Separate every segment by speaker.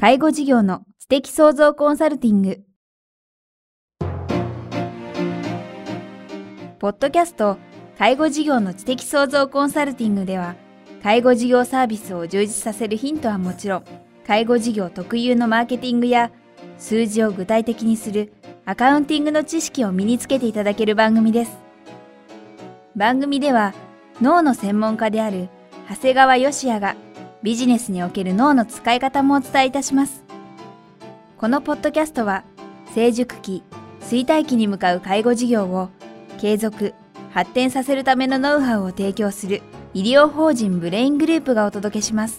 Speaker 1: 介護事業の知的創造コンサルティング。ポッドキャスト介護事業の知的創造コンサルティングでは、介護事業サービスを充実させるヒントはもちろん、介護事業特有のマーケティングや数字を具体的にするアカウンティングの知識を身につけていただける番組です。番組では脳の専門家である長谷川芳也がビジネスにおける脳の使い方もお伝えいたします。このポッドキャストは成熟期、衰退期に向かう介護事業を継続、発展させるためのノウハウを提供する医療法人ブレイングループがお届けします。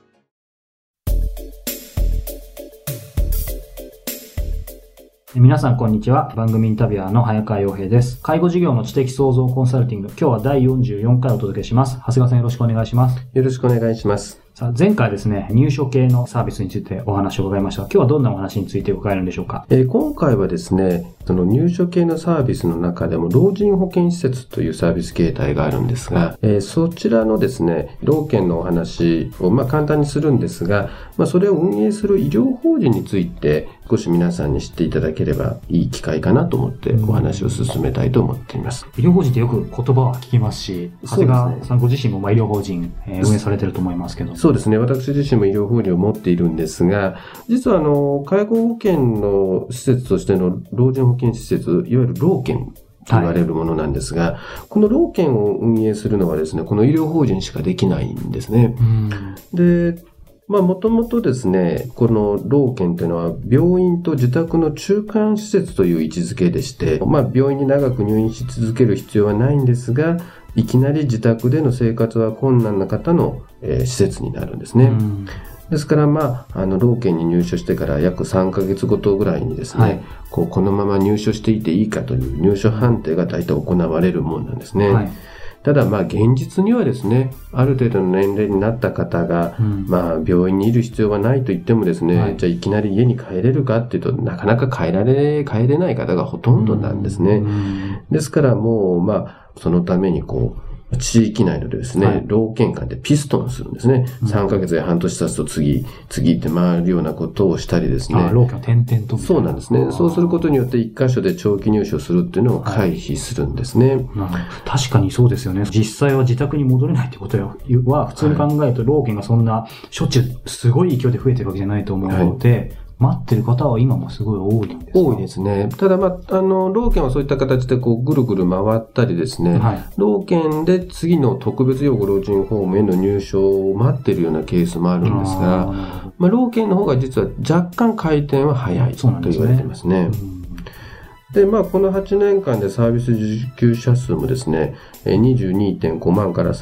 Speaker 2: 皆さんこんにちは。番組インタビュアーの早川洋平です。介護事業の知的創造コンサルティング、今日は第44回お届けします。長谷川さんよろしくお願いします。
Speaker 3: よろしくお願いします。
Speaker 2: さあ前回ですね、入所系のサービスについてお話を伺いましたが、今日はどんなお話について伺えるんでしょうか。
Speaker 3: 今回はですね、その入所系のサービスの中でも老人保健施設というサービス形態があるんですが、そちらのですね、老健のお話を簡単にするんですが、それを運営する医療法人について少し皆さんに知っていただければいい機会かなと思ってお話を進めたいと思っています。
Speaker 2: 医療法人ってよく言葉は聞きますし、長谷川さんご自身も医療法人、運営されてると思いますけど。
Speaker 3: そうですね。私自身も医療法人を持っているんですが、実は介護保険の施設としての老人保健施設、いわゆる老健と言われるものなんですが、この老健を運営するのはですね、この医療法人しかできないんですね。で、もともとですね、この老健というのは病院と自宅の中間施設という位置づけでして、病院に長く入院し続ける必要はないんですが、いきなり自宅での生活は困難な方の、施設になるんですね。ですから、老健に入所してから約3ヶ月ごとぐらいにですね、このまま入所していていいかという入所判定が大体行われるものなんですね。ただ現実にはですね、ある程度の年齢になった方が、病院にいる必要はないと言ってもですね、じゃあいきなり家に帰れるかっていうと、なかなか帰れない方がほとんどなんですね。ですからもう、そのために地域内のですね、老健間でピストンするんですね。3ヶ月や半年経つと次って回るようなことをしたりですね。
Speaker 2: 老健は点々と。
Speaker 3: そうなんですね。そうすることによって一箇所で長期入所するっていうのを回避するんですね。
Speaker 2: 確かにそうですよね。実際は自宅に戻れないってことは、普通に考えると老健がそんなしょっちゅうすごい勢いで増えてるわけじゃないと思うので、待ってる方は今もすごい多いんですか？
Speaker 3: 多いですね。ただ老健はそういった形でぐるぐる回ったりですね、老健で次の特別養護老人ホームへの入所を待っているようなケースもあるんですが、老健の方が実は若干回転は早いと言われていますね。で、この8年間でサービス受給者数もですね、22.5 万から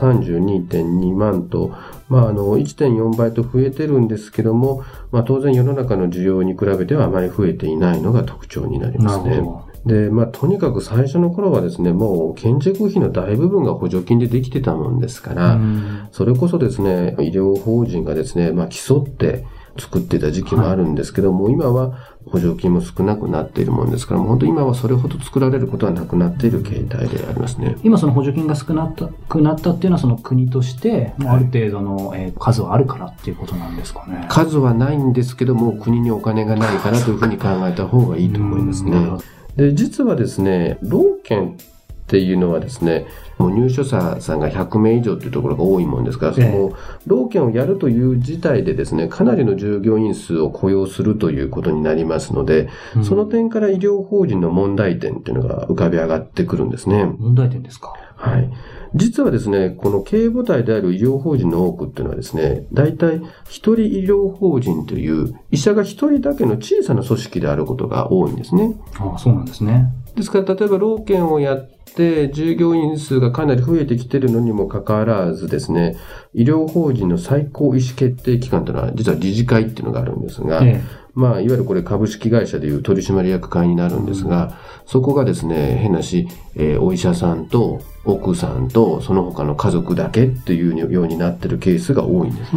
Speaker 3: 32.2 万と、1.4 倍と増えてるんですけども、当然世の中の需要に比べてはあまり増えていないのが特徴になりますね。で、とにかく最初の頃はですね、もう建築費の大部分が補助金でできてたもんですから、それこそですね、医療法人がですね、競って作っていた時期もあるんですけども、今は補助金も少なくなっているもんですから、本当に今はそれほど作られることはなくなっている形態でありますね。
Speaker 2: 今その補助金が少なくなったっていうのはその国としてある程度の数はあるからっていうことなんですかね。
Speaker 3: 数はないんですけども、国にお金がないからというふうに考えた方がいいと思いますね。で、実はですね、老健っていうのはですね、もう入所者さんが100名以上というところが多いもんですから、その老健をやるという事態でですね、かなりの従業員数を雇用するということになりますので、その点から医療法人の問題点っていうのが浮かび上がってくるんですね。
Speaker 2: 問題点ですか？
Speaker 3: はい。実はですね、この経営母体である医療法人の多くっていうのはですね、大体一人医療法人という医者が一人だけの小さな組織であることが多いんですね。
Speaker 2: そうなんですね。
Speaker 3: ですから、例えば老健をやって従業員数がかなり増えてきているのにもかかわらずですね、医療法人の最高意思決定機関というのは実は理事会っていうのがあるんですが、いわゆるこれ株式会社でいう取締役会になるんですが、そこがですね、変なし、お医者さんと奥さんとその他の家族だけっていうようになっているケースが多いんですね。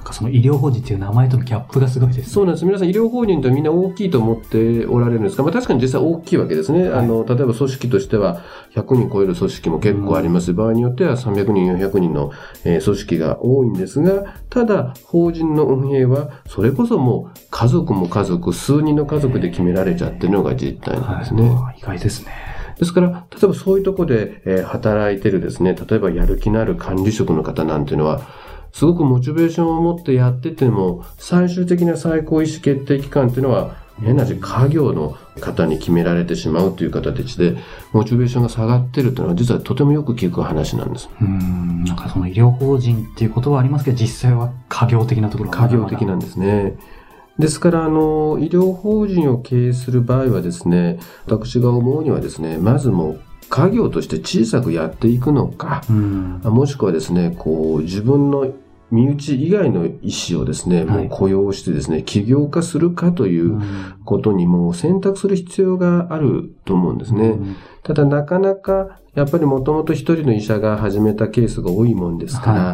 Speaker 2: なんかその医療法人っていう名前とのギャップがすごいですね。
Speaker 3: そうなんです。皆さん医療法人とみんな大きいと思っておられるんですが、確かに実際大きいわけですね。例えば組織としては100人超える組織も結構あります。場合によっては300人、400人の組織が多いんですが、ただ法人の運営はそれこそもう家族も家族、数人の家族で決められちゃってるのが実態なんですね。
Speaker 2: 意外ですね。
Speaker 3: ですから、例えばそういうところで働いてるですね、例えばやる気のある管理職の方なんていうのは、すごくモチベーションを持ってやってても、最終的な最高意思決定機関っていうのは、変な話、家業の方に決められてしまうという形で、モチベーションが下がってるというのは、実はとてもよく聞く話なんです。
Speaker 2: なんかその医療法人っていうことはありますけど、実際は家業的なところが
Speaker 3: 家業的なんですね。ですから、医療法人を経営する場合はですね、私が思うにはですね、まずもう、家業として小さくやっていくのか、もしくはですね、自分の身内以外の医師をですね、もう雇用してですね、起業化するかということにも選択する必要があると思うんですね。ただなかなかやっぱりもともと一人の医者が始めたケースが多いもんですから、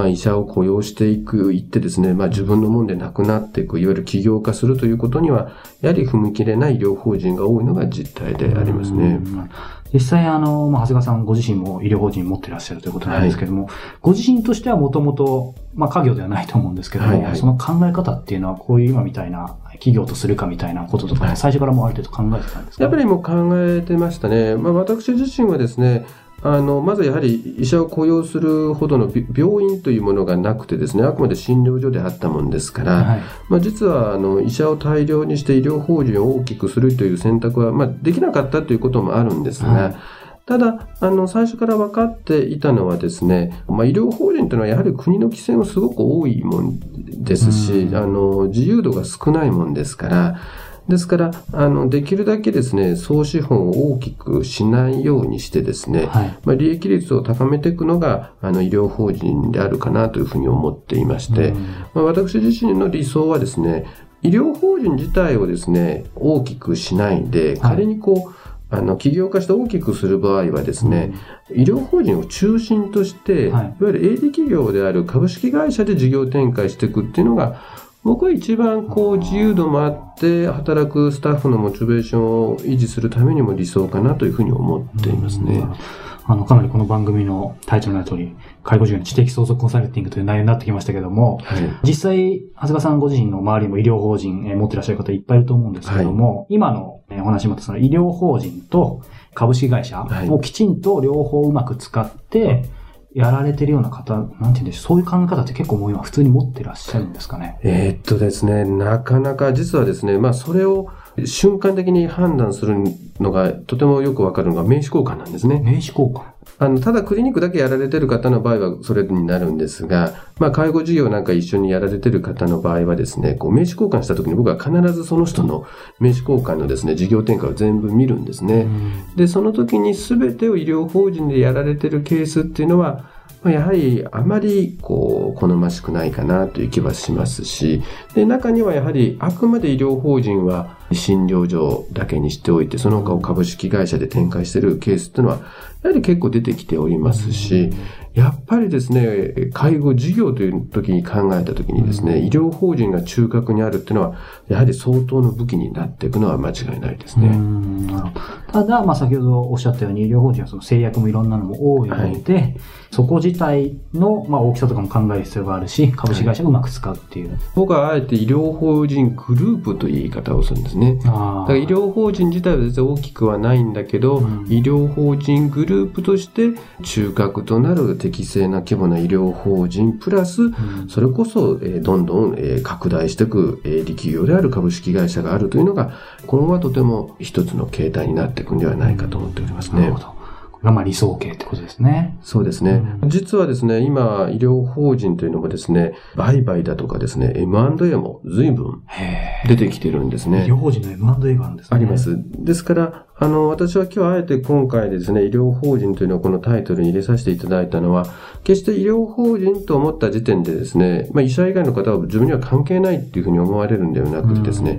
Speaker 3: 医者を雇用していってですね、自分のもんでなくなっていく、いわゆる起業化するということには、やはり踏み切れない医療法人が多いのが実態でありますね。
Speaker 2: 実際長谷川さんご自身も医療法人持ってらっしゃるということなんですけども、ご自身としてはもともと、家業ではないと思うんですけども、その考え方っていうのはこういう今みたいな企業とするかみたいなこととか、最初からもうある程度考えてたんですか？
Speaker 3: やっぱりもう考えてましたね。私自身はですね、まずやはり医者を雇用するほどの病院というものがなくてですね、あくまで診療所であったもんですから、実は医者を大量にして医療法人を大きくするという選択は、できなかったということもあるんですが、ただ、最初から分かっていたのはですね、医療法人というのはやはり国の規制もすごく多いもんですし、自由度が少ないもんですから、ですから、できるだけですね、総資本を大きくしないようにしてですね、利益率を高めていくのが、医療法人であるかなというふうに思っていまして、私自身の理想はですね、医療法人自体をですね、大きくしないで、仮に起業化して大きくする場合はですね、医療法人を中心として、いわゆる営利企業である株式会社で事業展開していくっていうのが、僕は一番自由度もあって働くスタッフのモチベーションを維持するためにも理想かなというふうに思っていますね。
Speaker 2: かなりこの番組のタイトルの通り、介護事業の知的相続コンサルティングという内容になってきましたけども、実際、長谷川さんご自身の周りにも医療法人持ってらっしゃる方いっぱいいると思うんですけども、今のお話もその医療法人と株式会社をきちんと両方うまく使って、やられてるような方、なんて言うんでしょう、そういう考え方って結構もう今普通に持ってらっしゃるんですかね。
Speaker 3: ですね、なかなか実はですね、それを瞬間的に判断するのがとてもよくわかるのが名刺交換なんですね。
Speaker 2: 名刺交換。
Speaker 3: ただクリニックだけやられてる方の場合はそれになるんですが、介護事業なんか一緒にやられてる方の場合はですね、名刺交換した時に僕は必ずその人の名刺交換のですね、事業展開を全部見るんですね。で、その時に全てを医療法人でやられてるケースっていうのは、やはりあまり好ましくないかなという気はしますし、で、中にはやはりあくまで医療法人は診療所だけにしておいて、その他を株式会社で展開しているケースっていうのは、やはり結構出てきておりますし、やっぱりですね、介護事業という時に考えた時にですね、医療法人が中核にあるっていうのは、やはり相当の武器になっていくのは間違いないですね。
Speaker 2: ただ、先ほどおっしゃったように医療法人はその制約もいろんなのも多いので、そこ自体の、大きさとかも考える必要があるし、株式会社をうまく使うっていう。
Speaker 3: 僕はあえて医療法人グループという言い方をするんですね。だから医療法人自体は全然大きくはないんだけど、医療法人グループとして中核となる適正な規模な医療法人プラス、それこそどんどん拡大していく営利企業である株式会社があるというのが、今後はとても一つの形態になっていくんではないかと思っておりますね。
Speaker 2: なるほど。これが理想形ってことですね。
Speaker 3: そうですね。実はですね、今、医療法人というのもですね、売買だとかですね、M&A も随分出てきてるんですね。
Speaker 2: 医療法人の M&A があるんですね。
Speaker 3: あります。ですから、私は今日あえて今回ですね、医療法人というのをこのタイトルに入れさせていただいたのは、決して医療法人と思った時点でですね、医者以外の方は自分には関係ないっていうふうに思われるんではなくてですね、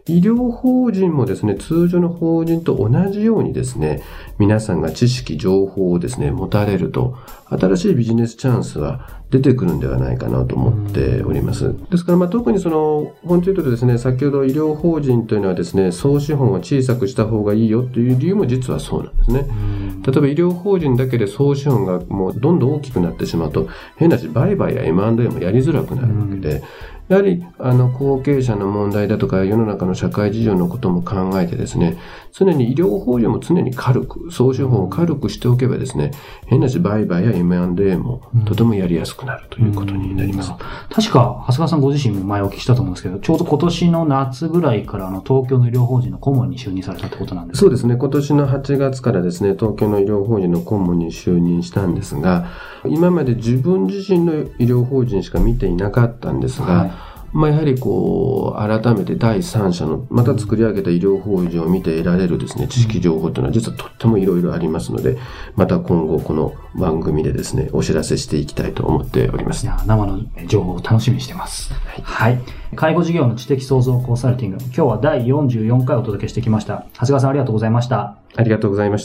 Speaker 3: 医療法人もですね、通常の法人と同じようにですね、皆さんが知識、情報をですね、持たれると、新しいビジネスチャンスは出てくるんではないかなと思っております。ですから、特に本というとですね、先ほど医療法人というのはですね、総資本を小さくした方がいいよという理由も実はそうなんですね。例えば医療法人だけで総資本がもうどんどん大きくなってしまうと、変なし売買や M&A もやりづらくなるわけで、やはり後継者の問題だとか世の中の社会事情のことも考えてですね、常に医療法人も常に軽く、総資本を軽くしておけばですね、変なし売買や M&A もとてもやりやすくなるということになります。
Speaker 2: 確か、長谷川さんご自身も前お聞きしたと思うんですけど、ちょうど今年の夏ぐらいから東京の医療法人の顧問に就任されたってことなんですか？
Speaker 3: そうですね。今年の8月からですね、東京の医療法人の顧問に就任したんですが、今まで自分自身の医療法人しか見ていなかったんですが、やはり改めて第三者のまた作り上げた医療法人を見て得られるですね、知識情報というのは実はとってもいろいろありますので、また今後この番組でですね、お知らせしていきたいと思っております。
Speaker 2: 生の情報を楽しみにしてます。はい。介護事業の知的創造コンサルティング。今日は第44回お届けしてきました。長谷川さんありがとうございました。
Speaker 3: ありがとうございました。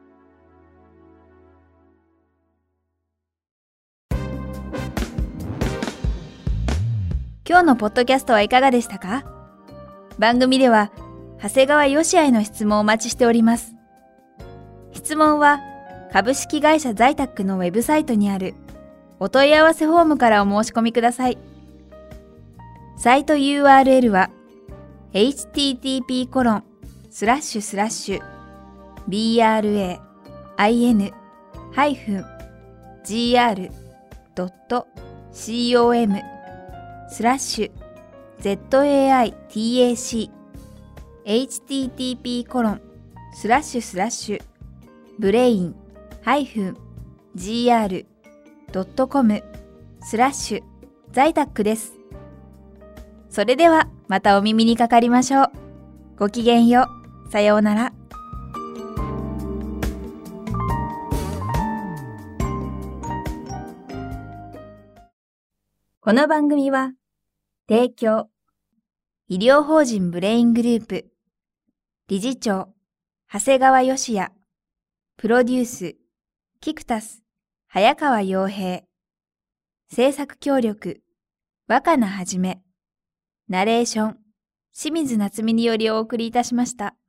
Speaker 1: 今日のポッドキャストはいかがでしたか？番組では長谷川よしあへの質問をお待ちしております。質問は株式会社在宅のウェブサイトにあるお問い合わせフォームからお申し込みください。サイト URL は brain-gr.com/在宅です。それではまたお耳にかかりましょう。ごきげんよう。さようなら。この番組は提供医療法人ブレイングループ理事長長谷川芳也プロデュースキクタス早川洋平制作協力若菜はじめナレーション清水夏美によりお送りいたしました。